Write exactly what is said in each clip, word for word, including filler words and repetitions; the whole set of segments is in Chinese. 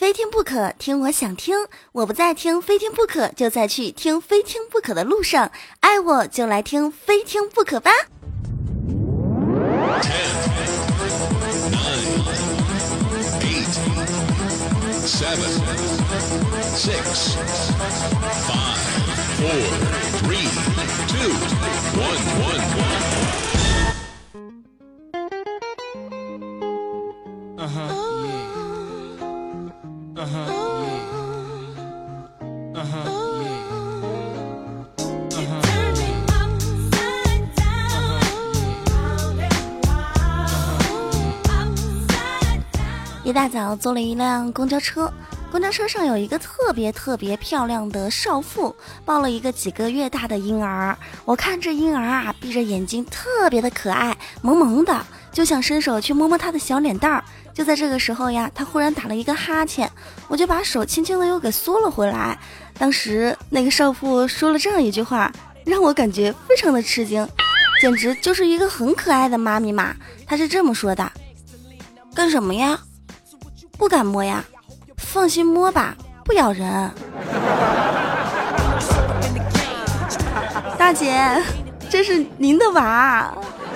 非听不可，听我想听，我不在听非听不可，就在去听非听不可的路上，爱我就来听非听不可吧。 Seven, six, five, four, three, two, one, one, one. Uh huh. Yeah. Uh huh. Yeah. Uh huh. Yeah. 一大早坐了一辆公交车，公交车上有一个特别特别漂亮的少妇，抱了一个几个月大的婴儿。我看这婴儿啊，闭着眼睛，特别的可爱，萌萌的，就想伸手去摸摸他的小脸蛋儿。就在这个时候呀，他忽然打了一个哈欠，我就把手轻轻的又给缩了回来。当时那个少妇说了这样一句话，让我感觉非常的吃惊，简直就是一个很可爱的妈咪嘛。她是这么说的：干什么呀？不敢摸呀，放心摸吧，不咬人。大姐，这是您的娃。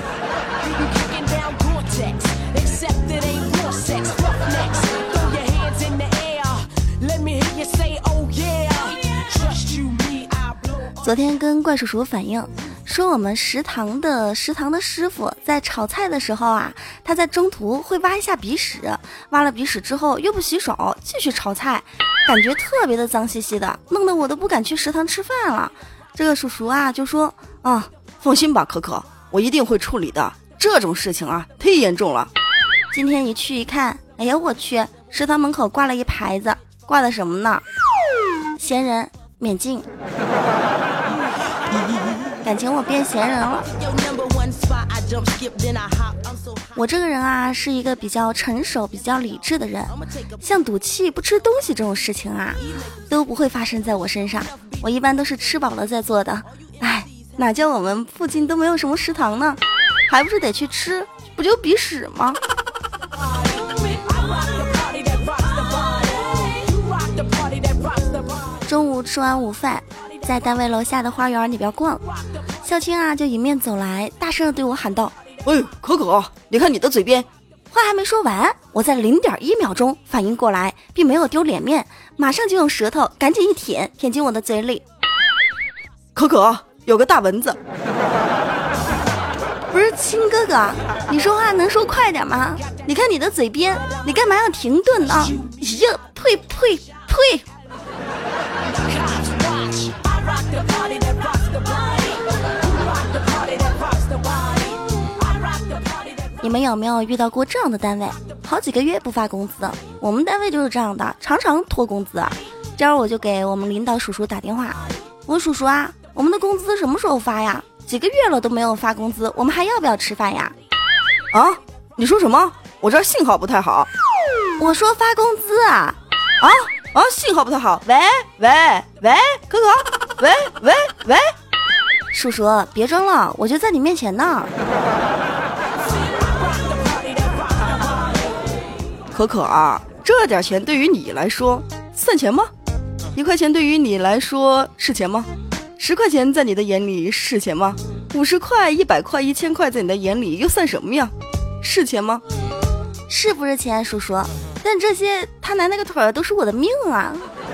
昨天跟怪叔叔反映说，我们食堂的食堂的师傅在炒菜的时候啊，他在中途会挖一下鼻屎，挖了鼻屎之后又不洗手继续炒菜，感觉特别的脏兮兮的，弄得我都不敢去食堂吃饭了。这个叔叔啊就说啊，放心吧可可，我一定会处理的，这种事情啊忒严重了。今天一去一看，哎呀我去，食堂门口挂了一牌子，挂的什么呢？闲人免进。感情我变闲人了。我这个人啊是一个比较成熟比较理智的人，像赌气不吃东西这种事情啊都不会发生在我身上，我一般都是吃饱了再做的。哎，哪叫我们附近都没有什么食堂呢，还不是得去吃，不就鼻屎吗？中午吃完午饭，在单位楼下的花园里边逛，校青啊就迎面走来，大声的对我喊道：哎，可可，你看你的嘴边。话还没说完，我在零点一秒钟反应过来，并没有丢脸面，马上就用舌头赶紧一舔，舔进我的嘴里。可可，有个大蚊子。不是亲哥哥，你说话能说快点吗？你看你的嘴边，你干嘛要停顿呢？呀，退退退！你们有没有遇到过这样的单位，好几个月不发工资？我们单位就是这样的，常常拖工资。今儿我就给我们领导叔叔打电话，我叔叔啊，我们的工资什么时候发呀？几个月了都没有发工资，我们还要不要吃饭呀？啊，你说什么？我这儿信号不太好。我说发工资啊。啊啊，信号不太好。喂喂喂，可可，喂喂喂，叔叔别装了，我就在你面前呢。可可啊，这点钱对于你来说算钱吗？一块钱对于你来说是钱吗？十块钱在你的眼里是钱吗？五十块、一百块、一千块在你的眼里又算什么呀？是钱吗？是不是钱，叔叔？但这些他拿那个腿儿都是我的命啊！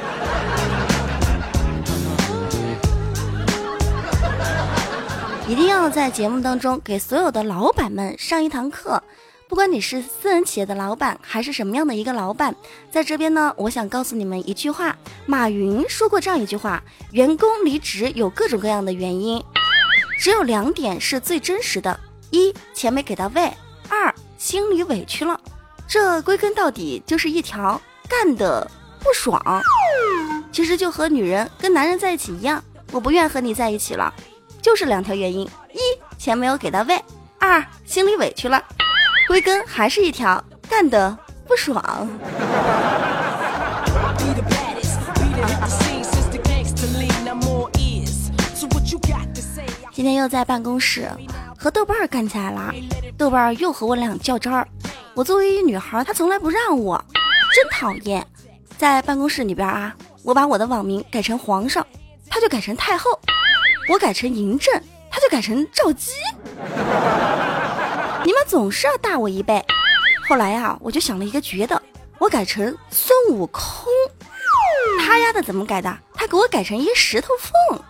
一定要在节目当中给所有的老板们上一堂课。不管你是私人企业的老板还是什么样的一个老板，在这边呢，我想告诉你们一句话，马云说过这样一句话，员工离职有各种各样的原因，只有两点是最真实的，一，钱没给到位，二，心里委屈了。这归根到底就是一条干的不爽。其实就和女人跟男人在一起一样，我不愿和你在一起了，就是两条原因，一，钱没有给到位，二，心里委屈了。归根还是一条，干得不爽。今天又在办公室和豆瓣儿干起来了，豆瓣儿又和我俩较真儿。我作为一女孩，她从来不让我，真讨厌。 在办公室里边啊，我把我的网名改成皇上，他就改成太后；我改成嬴政，他就改成赵姬。你们总是要大我一倍。后来啊，我就想了一个绝的，我改成孙悟空。他丫的怎么改的？他给我改成一石头缝。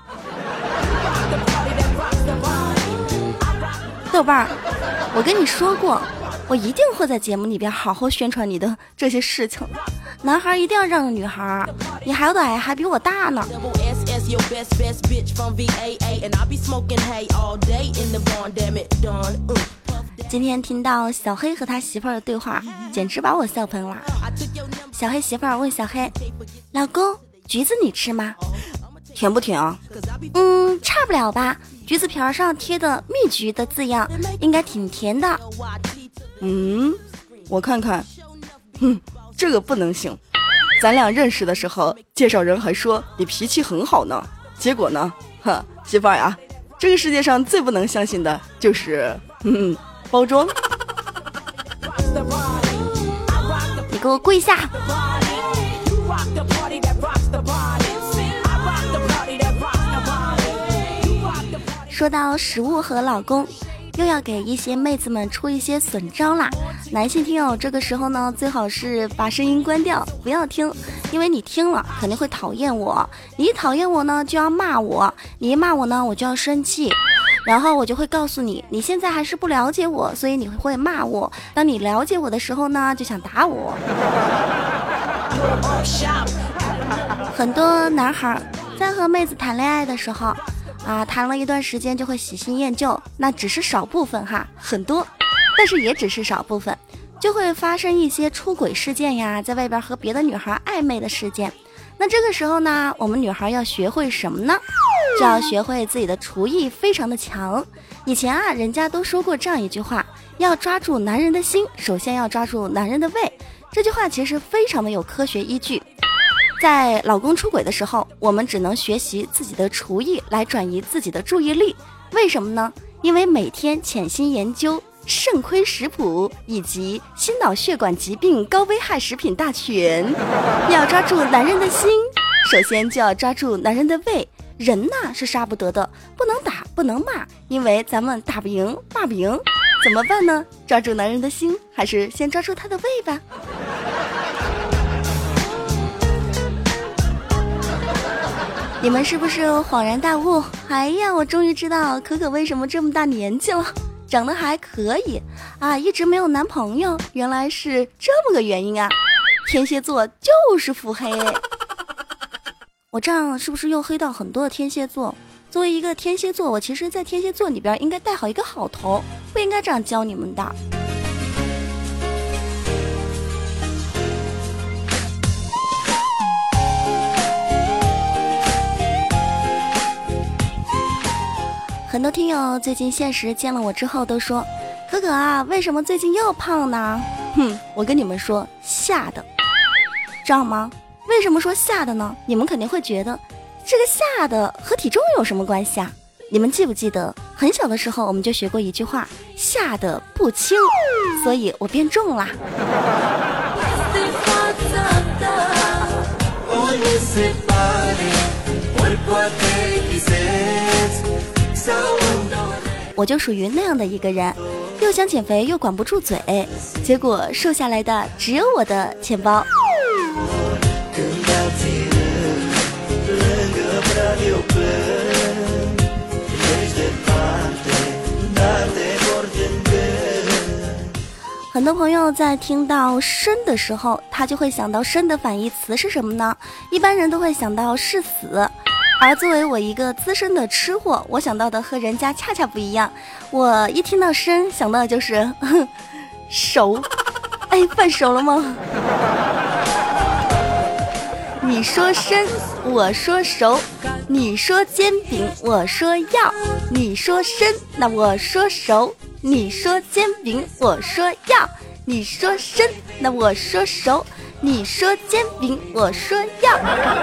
豆瓣儿，我跟你说过，我一定会在节目里边好好宣传你的这些事情。男孩一定要让着女孩，你好歹还比我大呢。今天听到小黑和他媳妇儿的对话，简直把我笑喷了。小黑媳妇儿问小黑：老公，橘子你吃吗？甜不甜啊？嗯，差不了吧。橘子皮上贴的蜜橘的字样，应该挺甜的。嗯，我看看。哼，这个不能行。咱俩认识的时候，介绍人还说你脾气很好呢。结果呢，哈，媳妇儿呀，这个世界上最不能相信的就是，嗯，包装。你给我跪下！说到食物和老公，又要给一些妹子们出一些损招啦。男性听友这个时候呢，最好是把声音关掉，不要听，因为你听了肯定会讨厌我。你一讨厌我呢，就要骂我；你一骂我呢，我就要生气。然后我就会告诉你，你现在还是不了解我，所以你会骂我。当你了解我的时候呢，就想打我。很多男孩在和妹子谈恋爱的时候啊，谈了一段时间就会喜新厌旧，那只是少部分哈，很多，但是也只是少部分，就会发生一些出轨事件呀，在外边和别的女孩暧昧的事件。那这个时候呢，我们女孩要学会什么呢？就要学会自己的厨艺非常的强。以前啊，人家都说过这样一句话，要抓住男人的心，首先要抓住男人的胃。这句话其实非常的有科学依据。在老公出轨的时候，我们只能学习自己的厨艺来转移自己的注意力。为什么呢？因为每天潜心研究肾亏食谱以及心脑血管疾病高危害食品大全。要抓住男人的心，首先就要抓住男人的胃。人呐是杀不得的，不能打不能骂，因为咱们打不赢骂不赢，怎么办呢？抓住男人的心，还是先抓住他的胃吧。你们是不是恍然大悟？哎呀，我终于知道可可为什么这么大年纪了，长得还可以啊，一直没有男朋友，原来是这么个原因啊！天蝎座就是腹黑。我这样是不是又黑到很多的天蝎座？作为一个天蝎座，我其实在天蝎座里边应该带好一个好头，不应该这样教你们的。很多听友最近现实见了我之后都说，可可啊，为什么最近又胖呢？哼，我跟你们说，吓的，知道吗？为什么说吓的呢？你们肯定会觉得这个吓的和体重有什么关系啊？你们记不记得很小的时候我们就学过一句话，吓得不轻，所以我变重啦。我就属于那样的一个人，又想减肥又管不住嘴，结果瘦下来的只有我的钱包。很多朋友在听到生的时候，他就会想到生的反义词是什么呢？一般人都会想到是死，而作为我一个资深的吃货，我想到的和人家恰恰不一样。我一听到生想到的就是呵熟。哎，饭熟了吗？你说生，我说熟，你说煎饼，我说要，你说生，那我说熟，你说煎饼，我说要，你说生，那我说熟，你说煎饼，我说要。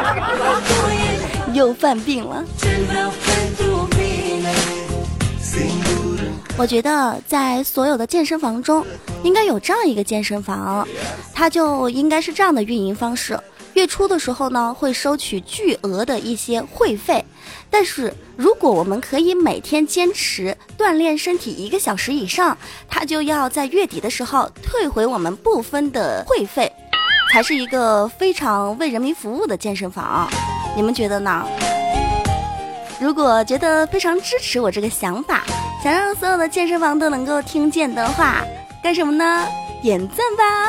又犯病了。我觉得在所有的健身房中应该有这样一个健身房，它就应该是这样的运营方式。 月初的时候呢，会收取巨额的一些会费。但是如果我们可以每天坚持锻炼身体一个小时以上，它就要在月底的时候退回我们部分的会费，才是一个非常为人民服务的健身房。你们觉得呢？如果觉得非常支持我这个想法，想让所有的健身房都能够听见的话，干什么呢？点赞吧！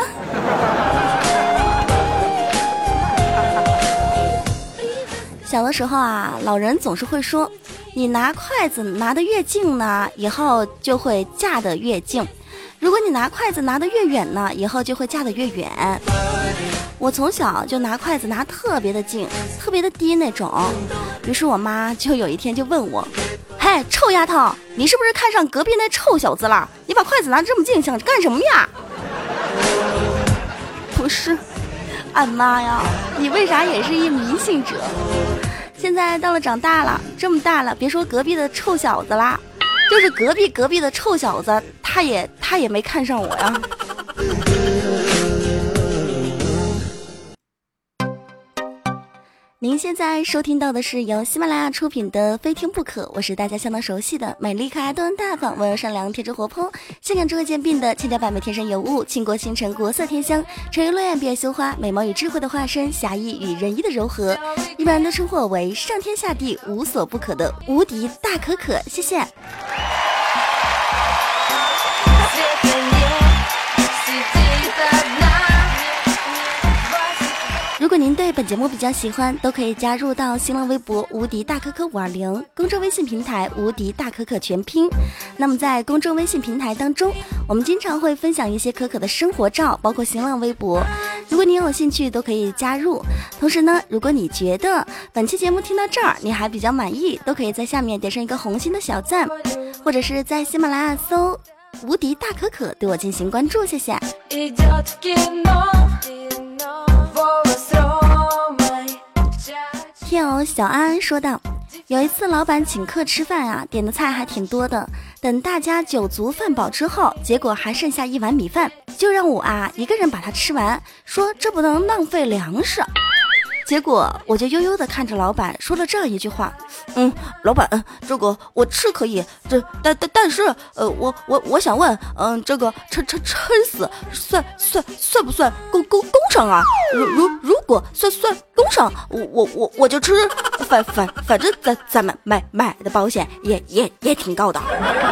小的时候啊，老人总是会说，你拿筷子拿得越近呢，以后就会架得越近；如果你拿筷子拿得越远呢，以后就会架得越远。我从小就拿筷子拿特别的近，特别的低那种。于是我妈就有一天就问我，嘿，臭丫头，你是不是看上隔壁那臭小子了？你把筷子拿这么近想干什么呀？不是，俺妈呀，你为啥也是一迷信者？现在到了长大了，这么大了，别说隔壁的臭小子啦，就是隔壁隔壁的臭小子，他也他也没看上我呀。您现在收听到的是由喜马拉雅出品的《非听不可》，我是大家相当熟悉的美丽可爱、端大方、温柔善良、天真活泼、性感智慧兼并的千娇百媚、天生尤物、倾国倾城、国色天香、沉鱼落雁、闭月羞花、美貌与智慧的化身、侠义与仁义的柔和，一般人都称呼我为上天下地无所不可的无敌大可可。谢谢。如果您对本节目比较喜欢，都可以加入到新浪微博无敌大可可五二零，公众微信平台无敌大可可全拼。那么在公众微信平台当中，我们经常会分享一些可可的生活照，包括新浪微博。如果您有兴趣，都可以加入。同时呢，如果你觉得本期节目听到这儿你还比较满意，都可以在下面点上一个红心的小赞，或者是在喜马拉雅搜无敌大可可对我进行关注，谢谢。听友小安说道，有一次老板请客吃饭啊，点的菜还挺多的，等大家酒足饭饱之后，结果还剩下一碗米饭，就让我啊一个人把它吃完，说这不能浪费粮食。结果我就悠悠地看着老板说了这样一句话，嗯，老板，这个我吃可以，这但但但是，呃，我我我想问，嗯，这个撑撑撑死算算算不算工工工伤啊？如如如果算算工伤，我我我我就吃，反反反正咱咱们买买的保险也也也挺高的。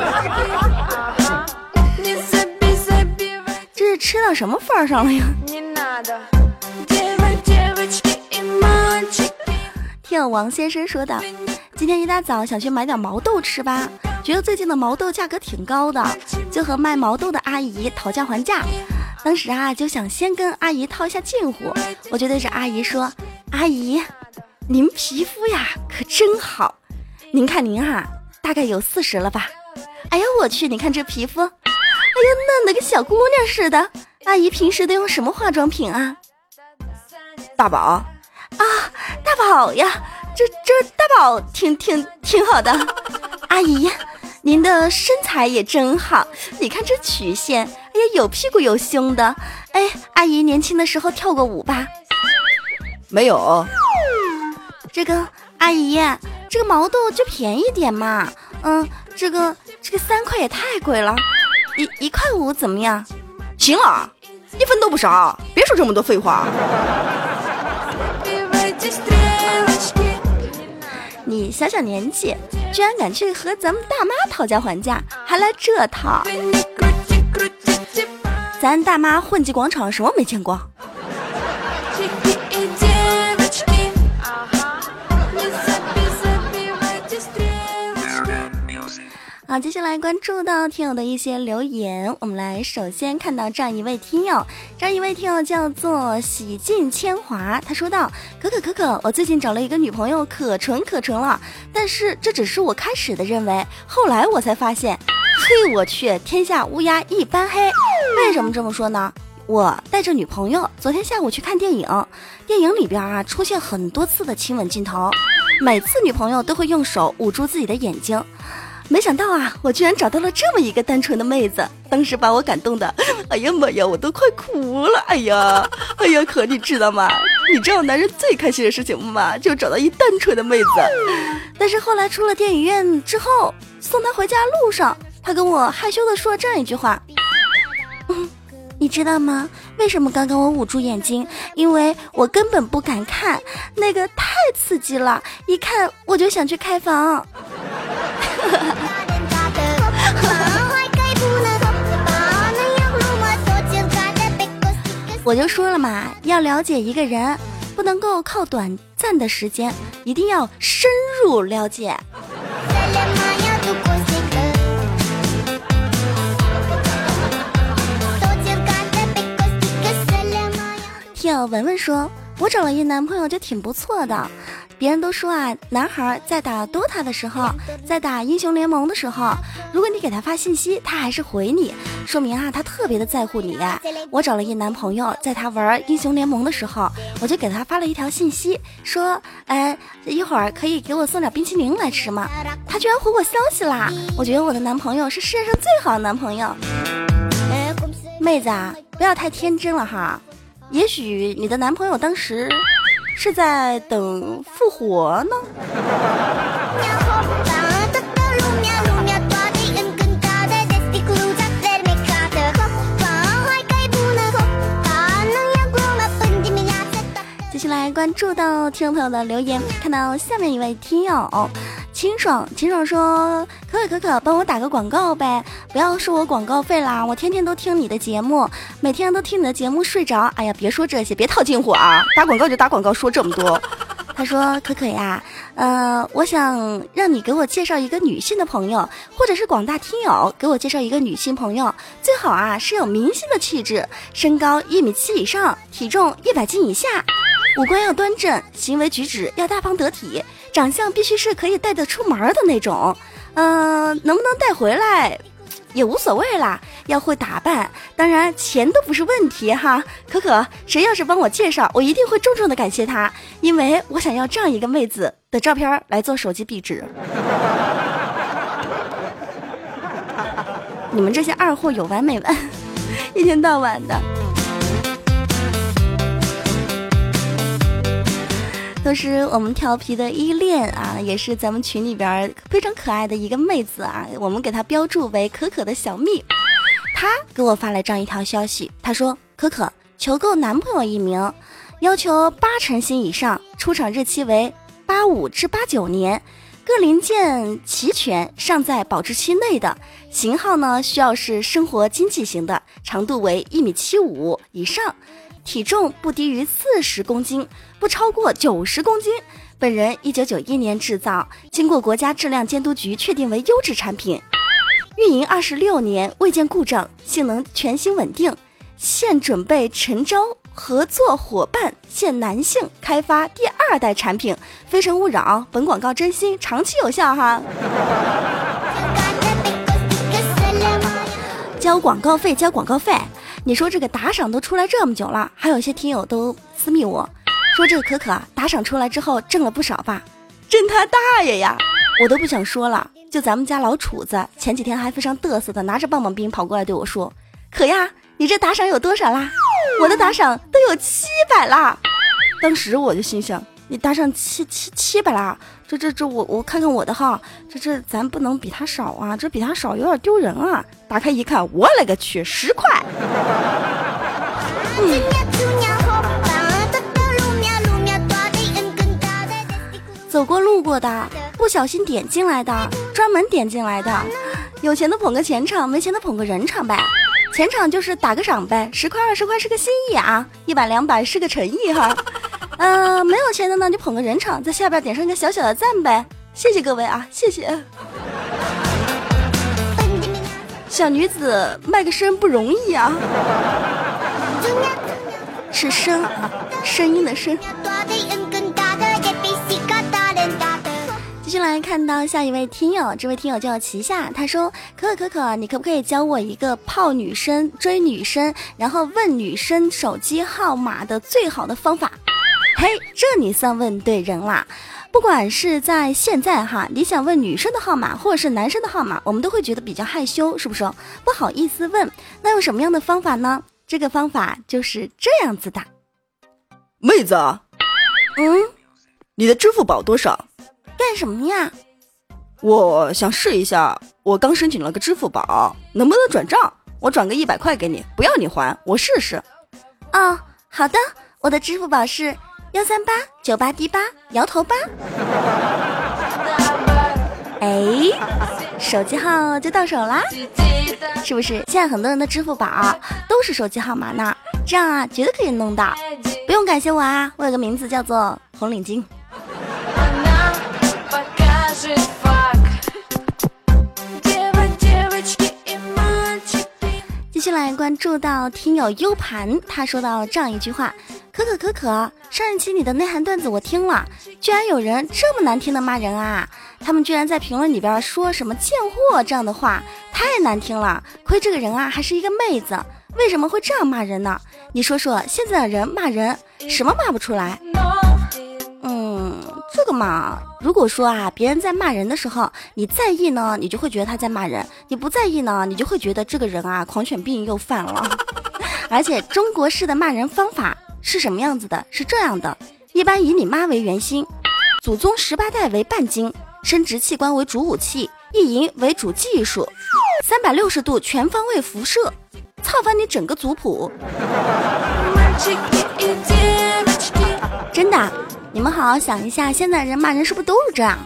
这是吃到什么份儿上了呀？听友王先生说道，今天一大早想去买点毛豆吃吧，觉得最近的毛豆价格挺高的，就和卖毛豆的阿姨讨价还价。当时啊就想先跟阿姨套一下近乎，我就对着阿姨说，阿姨，您皮肤呀可真好，您看您啊大概有四十了吧？哎呀我去，你看这皮肤，哎呀嫩的跟小姑娘似的。阿姨平时都用什么化妆品啊？大宝啊，大宝呀，这这大宝挺挺挺好的。阿姨，您的身材也真好，你看这曲线，哎呀，有屁股有胸的。哎，阿姨年轻的时候跳过舞吧？没有。这个阿姨，这个毛豆就便宜点嘛，嗯，这个这个三块也太贵了，一一块五怎么样？行了，一分都不少，别说这么多废话。你小小年纪居然敢去和咱们大妈讨价还价，还来这套，咱大妈混迹广场什么没见过。好，接下来关注到听友的一些留言，我们来首先看到这样一位听友，这样一位听友叫做洗尽铅华，他说道，可可可可，我最近找了一个女朋友，可纯可纯了，但是这只是我开始的认为，后来我才发现，嘿我去，天下乌鸦一般黑。为什么这么说呢？我带着女朋友昨天下午去看电影，电影里边啊出现很多次的亲吻镜头，每次女朋友都会用手捂住自己的眼睛。没想到啊，我居然找到了这么一个单纯的妹子，当时把我感动的，哎呀妈呀，我都快哭了，哎呀，哎呀，可你知道吗？ 你知道男人最开心的事情吗？就找到一单纯的妹子。但是后来出了电影院之后，送他回家路上，他跟我害羞的说了这样一句话：嗯，你知道吗？为什么刚刚我捂住眼睛？因为我根本不敢看，那个太刺激了，一看我就想去开房。我就说了嘛，要了解一个人，不能够靠短暂的时间，一定要深入了解。听友文文说，我找了一男朋友就挺不错的。别人都说啊，男孩在打 D O T A 的时候，在打英雄联盟的时候，如果你给他发信息，他还是回你，说明啊他特别的在乎你。我找了一男朋友，在他玩英雄联盟的时候，我就给他发了一条信息，说，哎，一会儿可以给我送点冰淇淋来吃吗？他居然回我消息啦！我觉得我的男朋友是世界上最好的男朋友。妹子啊，不要太天真了哈，也许你的男朋友当时是在等复活呢。接下来关注到听众朋友的留言，看到下面一位听友清爽，清爽说，可可可可帮我打个广告呗，不要收我广告费啦，我天天都听你的节目，每天都听你的节目睡着。哎呀，别说这些，别套近乎啊，打广告就打广告，说这么多。他说，可可呀，呃，我想让你给我介绍一个女性的朋友，或者是广大听友给我介绍一个女性朋友，最好啊是有明星的气质，身高一米七以上，体重一百斤以下，五官要端正，行为举止要大方得体，长相必须是可以带得出门的那种，嗯、呃，能不能带回来也无所谓啦，要会打扮，当然钱都不是问题哈。可可，谁要是帮我介绍，我一定会重重的感谢他，因为我想要这样一个妹子的照片来做手机壁纸。你们这些二货有完没完？一天到晚的。同时我们调皮的依恋啊，也是咱们群里边非常可爱的一个妹子啊，我们给她标注为可可的小蜜。她给我发来这样一条消息，她说，可可求购男朋友一名，要求八成新以上，出厂日期为八五至八九年，各零件齐全，尚在保质期内的，型号呢需要是生活经济型的，长度为一米七五以上，体重不低于四十公斤，不超过九十公斤。本人一九九一年制造，经过国家质量监督局确定为优质产品，运营二十六年未见故障，性能全新稳定。现准备诚招合作伙伴，现男性开发第二代产品，非诚勿扰。本广告真心，长期有效哈。交广告费，交广告费。你说这个打赏都出来这么久了，还有些听友都私密我说，这个可可打赏出来之后挣了不少吧？挣他大爷呀！我都不想说了。就咱们家老楚子前几天还非常嘚瑟的拿着棒棒冰跑过来对我说，可呀，你这打赏有多少啦？我的打赏都有七百啦！当时我就心想，你打赏七七七百啦？这这这我我看看我的号，这这咱不能比他少啊，这比他少有点丢人啊！打开一看，我勒个去，十块！嗯，走过路过的，不小心点进来的，专门点进来的，有钱的捧个钱场，没钱的捧个人场呗。钱场就是打个赏呗，十块二十块是个心意啊，一百两百是个诚意哈。嗯、呃，没有钱的呢就捧个人场，在下边点上一个小小的赞呗，谢谢各位啊，谢谢。小女子卖个身不容易啊，是声啊，声音的声。继续来看到下一位听友，这位听友叫旗下，他说，可可可可，你可不可以教我一个泡女生追女生然后问女生手机号码的最好的方法？嘿，这你算问对人啦。不管是在现在哈，你想问女生的号码或者是男生的号码，我们都会觉得比较害羞，是不是不好意思问？那用什么样的方法呢？这个方法就是这样子的， 妹子， 嗯， 你的支付宝多少？ 干什么呀？ 我想试一下，我刚申请了个支付宝，能不能转账？我转个一百块给你，不要你还，我试试。 哦，好的，我的支付宝是幺三八九八 D 八摇头八。哎，手机号就到手啦，是不是？现在很多人的支付宝都是手机号码呢，这样啊，绝对可以弄到。不用感谢我啊，我有个名字叫做红领巾。继续来关注到听友 U 盘，他说到这样一句话：可可可可，上一期你的内涵段子我听了，居然有人这么难听的骂人啊！他们居然在评论里边说什么贱货这样的话，太难听了。亏这个人啊还是一个妹子，为什么会这样骂人呢？你说说，现在的人骂人什么骂不出来？嗯，这个嘛，如果说啊，别人在骂人的时候，你在意呢，你就会觉得他在骂人；你不在意呢，你就会觉得这个人啊，狂犬病又犯了。而且中国式的骂人方法是什么样子的？是这样的：一般以你妈为圆心，祖宗十八代为半径，生殖器官为主武器，意淫为主技术，三百六十度全方位辐射，操翻你整个族谱。真的。你们好好想一下，现在人骂人是不是都是这样？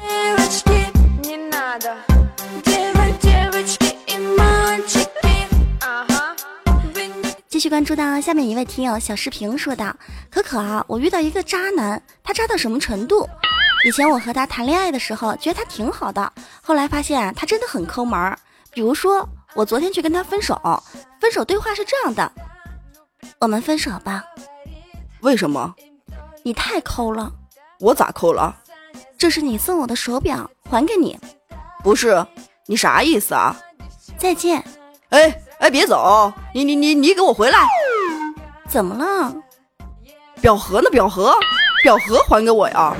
继续关注到下面一位听友小视频说道：可可啊，我遇到一个渣男，他渣到什么程度？以前我和他谈恋爱的时候觉得他挺好的，后来发现他真的很抠门。比如说我昨天去跟他分手，分手对话是这样的：我们分手吧。 为什么？ 你太抠了。 我咋抠了？ 这是你送我的手表，还给你。 不是，你啥意思啊？ 再见。 哎哎，别走！你你你你给我回来！ 怎么了？ 表盒呢？表盒，表盒还给我呀！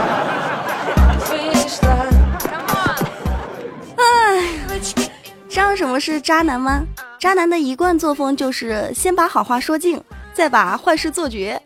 哎，知道什么是渣男吗？渣男的一贯作风就是先把好话说尽，再把坏事做绝。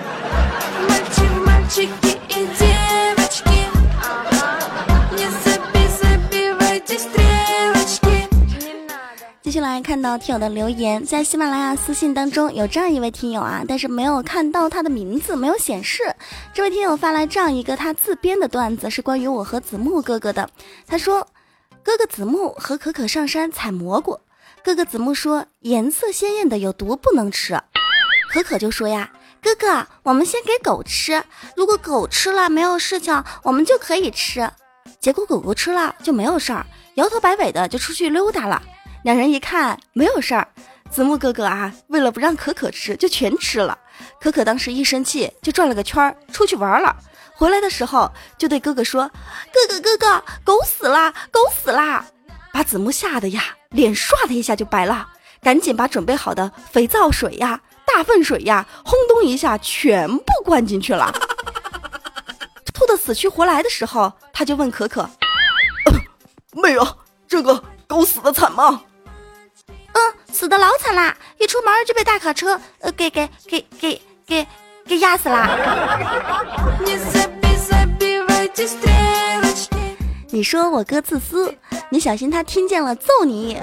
继续来看到听友的留言，在喜马拉雅私信当中有这样一位听友啊，但是没有看到他的名字，没有显示。这位听友发来这样一个他自编的段子，是关于我和子木哥哥的。他说，哥哥子木和可可上山采蘑菇，哥哥子木说颜色鲜艳的有毒不能吃，可可就说呀，哥哥我们先给狗吃，如果狗吃了没有事情，我们就可以吃。结果狗狗吃了就没有事儿，摇头摆尾的就出去溜达了。两人一看没有事儿，子木哥哥啊，为了不让可可吃就全吃了。可可当时一生气就转了个圈出去玩了，回来的时候就对哥哥说，哥哥哥哥，狗死了，狗死了，把子木吓得呀脸唰的一下就白了，赶紧把准备好的肥皂水呀大粪水呀轰咚一下全部灌进去了。吐得死去活来的时候，他就问可可，呃、妹啊，这个狗死的惨吗？嗯，死的老惨啦，一出门就被大卡车呃给给给给给给压死啦。你说我哥自私，你小心他听见了揍你。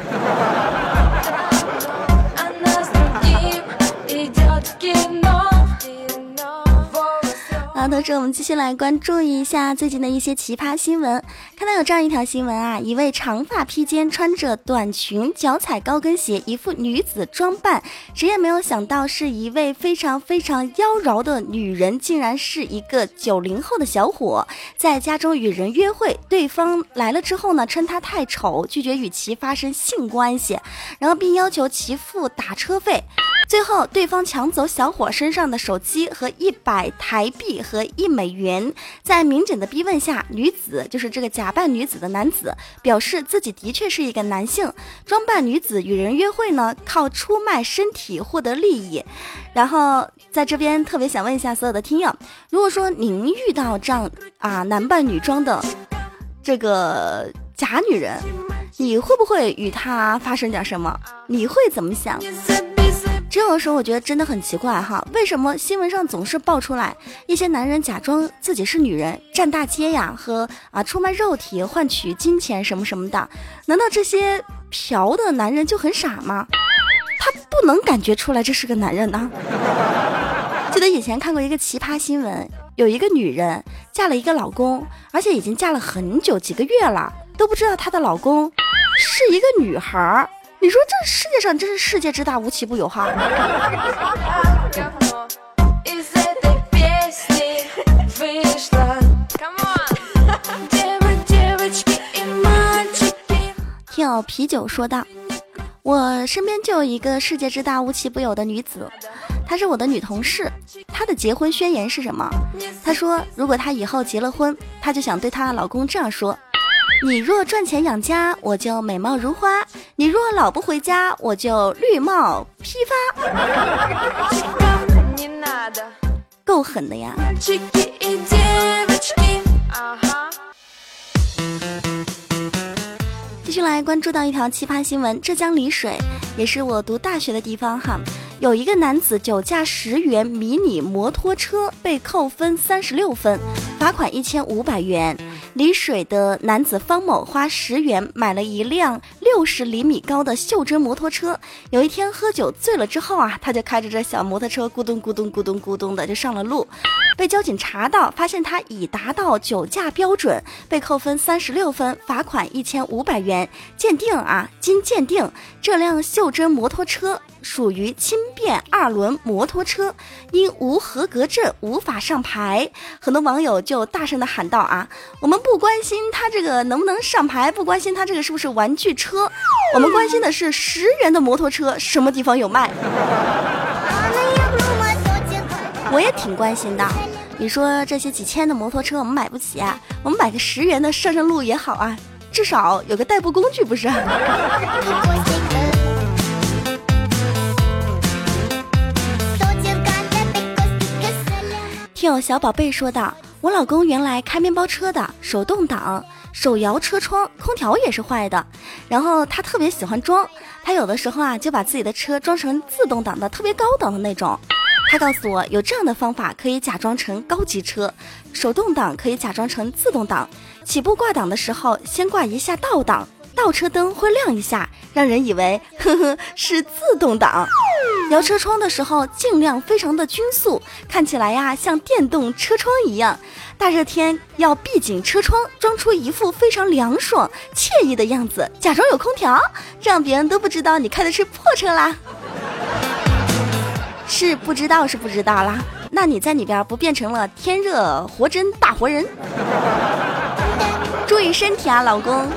好，同时我们继续来关注一下最近的一些奇葩新闻。看到有这样一条新闻啊，一位长发披肩，穿着短裙，脚踩高跟鞋，一副女子装扮，谁也没有想到是一位非常非常妖娆的女人，竟然是一个九零后的小伙，在家中与人约会，对方来了之后呢，称他太丑，拒绝与其发生性关系，然后并要求其付打车费。最后对方抢走小伙身上的手机和一百台币和一美元。在民警的逼问下，女子就是这个假扮女子的男子表示自己的确是一个男性，装扮女子与人约会呢，靠出卖身体获得利益。然后在这边特别想问一下所有的听友，如果说您遇到这样啊男扮女装的这个假女人，你会不会与她发生点什么？你会怎么想？ 这有时候我觉得真的很奇怪哈，为什么新闻上总是爆出来一些男人假装自己是女人站大街呀，和啊出卖肉体换取金钱什么什么的？难道这些嫖的男人就很傻吗？他不能感觉出来这是个男人呢？记得以前看过一个奇葩新闻，有一个女人嫁了一个老公，而且已经嫁了很久几个月了，都不知道她的老公是一个女孩。你说这世界上真是世界之大无奇不有哈。听友啤酒说道，我身边就有一个世界之大无奇不有的女子，她是我的女同事。她的结婚宣言是什么？她说如果她以后结了婚，她就想对她老公这样说，你若赚钱养家，我就美貌如花；你若老不回家，我就绿帽披发。够狠的呀！继续来关注到一条奇葩新闻，浙江丽水，也是我读大学的地方哈。有一个男子酒驾十元迷你摩托车被扣分三十六分，罚款一千五百元。丽水的男子方某花十元买了一辆六十厘米高的袖珍摩托车。有一天喝酒醉了之后啊，他就开着这小摩托车咕咚咕咚咕咚咕咚的就上了路，被交警查到，发现他已达到酒驾标准，被扣分三十六分，罚款一千五百元。鉴定啊，经鉴定，这辆袖珍摩托车属于轻便二轮摩托车，因无合格证无法上牌。很多网友就大声的喊道啊，我们不关心他这个能不能上牌，不关心他这个是不是玩具车，我们关心的是十元的摩托车什么地方有卖。我也挺关心的，你说这些几千的摩托车我们买不起啊，我们买个十元的上上路也好啊，至少有个代步工具不是？听有小宝贝说道，我老公原来开面包车的，手动挡，手摇车窗，空调也是坏的，然后他特别喜欢装，他有的时候啊就把自己的车装成自动挡的特别高档的那种。他告诉我有这样的方法可以假装成高级车，手动挡可以假装成自动挡，起步挂档的时候先挂一下倒档，倒车灯会亮一下，让人以为呵呵是自动挡。摇车窗的时候尽量非常的均速，看起来呀像电动车窗一样。大热天要闭紧车窗，装出一副非常凉爽惬意的样子，假装有空调，这样别人都不知道你开的是破车啦。是不知道是不知道啦，那你在里边不变成了天热活真大活人？注意身体啊，老公。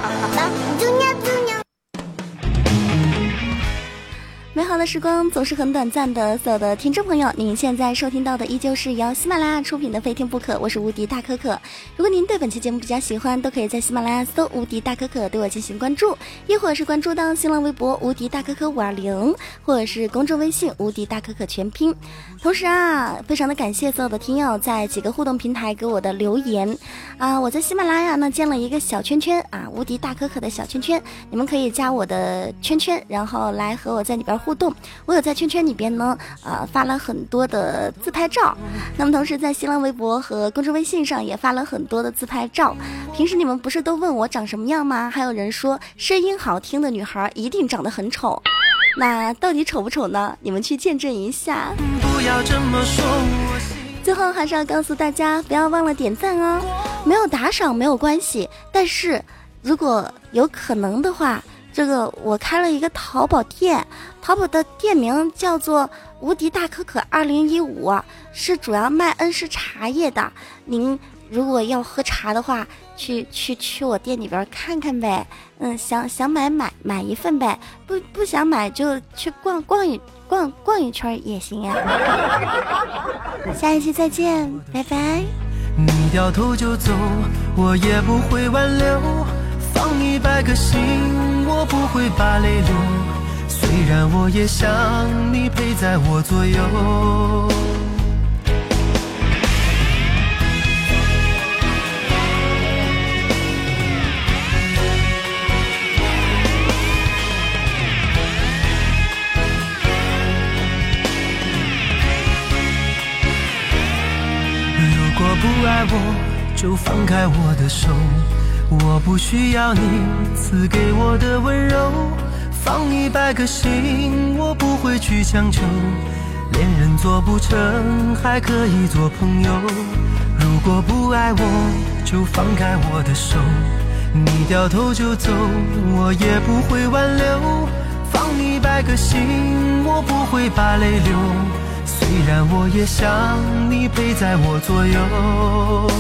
美好的时光总是很短暂的，所有的听众朋友，您现在收听到的依旧是由喜马拉雅出品的非听不可，我是无敌大可可。如果您对本期节目比较喜欢，都可以在喜马拉雅搜无敌大可可对我进行关注，亦或者是关注到新浪微博无敌大可可五二零，或者是公众微信无敌大可可全拼。同时啊，非常的感谢所有的听友在几个互动平台给我的留言啊，我在喜马拉雅呢建了一个小圈圈啊，无敌大可可的小圈圈，你们可以加我的圈圈，然后来和我在里边互动。我有在圈圈里边呢呃发了很多的自拍照，那么同时在新浪微博和公众微信上也发了很多的自拍照。平时你们不是都问我长什么样吗？还有人说声音好听的女孩一定长得很丑，那到底丑不丑呢？你们去见证一下。不要这么说。最后还是要告诉大家，不要忘了点赞哦。没有打赏没有关系，但是如果有可能的话，这个我开了一个淘宝店，淘宝的店名叫做无敌大可可二零一五，是主要卖恩施茶叶的。您如果要喝茶的话，去去去我店里边看看呗。嗯，想想买买买一份呗，不不想买就去逛逛一逛逛一圈也行呀。下一期再见，拜拜。 你掉头就走，我也不会挽留，放一百颗心，我不会把泪流。虽然我也想你陪在我左右。 不爱我，就放开我的手。我不需要你赐给我的温柔，放一百个心，我不会去强求。恋人做不成，还可以做朋友。如果不爱我，就放开我的手。你掉头就走，我也不会挽留。放一百个心，我不会把泪流。虽然我也想你陪在我左右。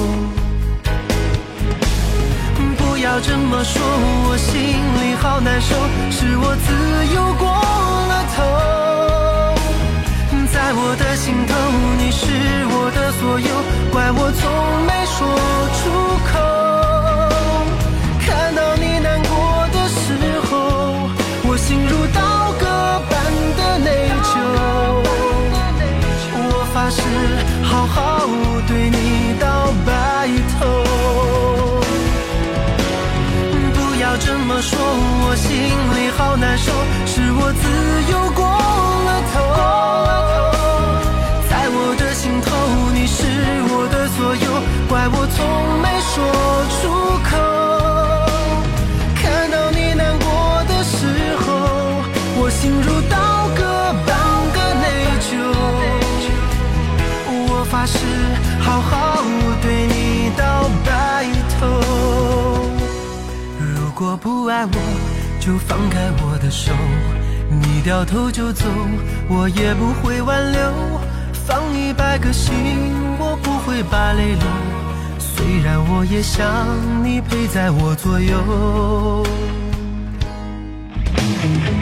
不要这么说，我心里好难受，是我自由过了头。在我的心头，你是我的所有，怪我从没说出口。看到你难过的时候，我心如刀割般的内疚。我发誓好好对你到白头。不要这么说，我心里好难受，是我自由过了头。在我的心头，你是我的所有，怪我从没说出口。看到你难过的时候，我心如刀割般的内疚。我发誓好好对你到白头。如果不爱我，就放开我的手。你掉头就走，我也不会挽留。放一百个心，我不会把泪流。虽然我也想你陪在我左右。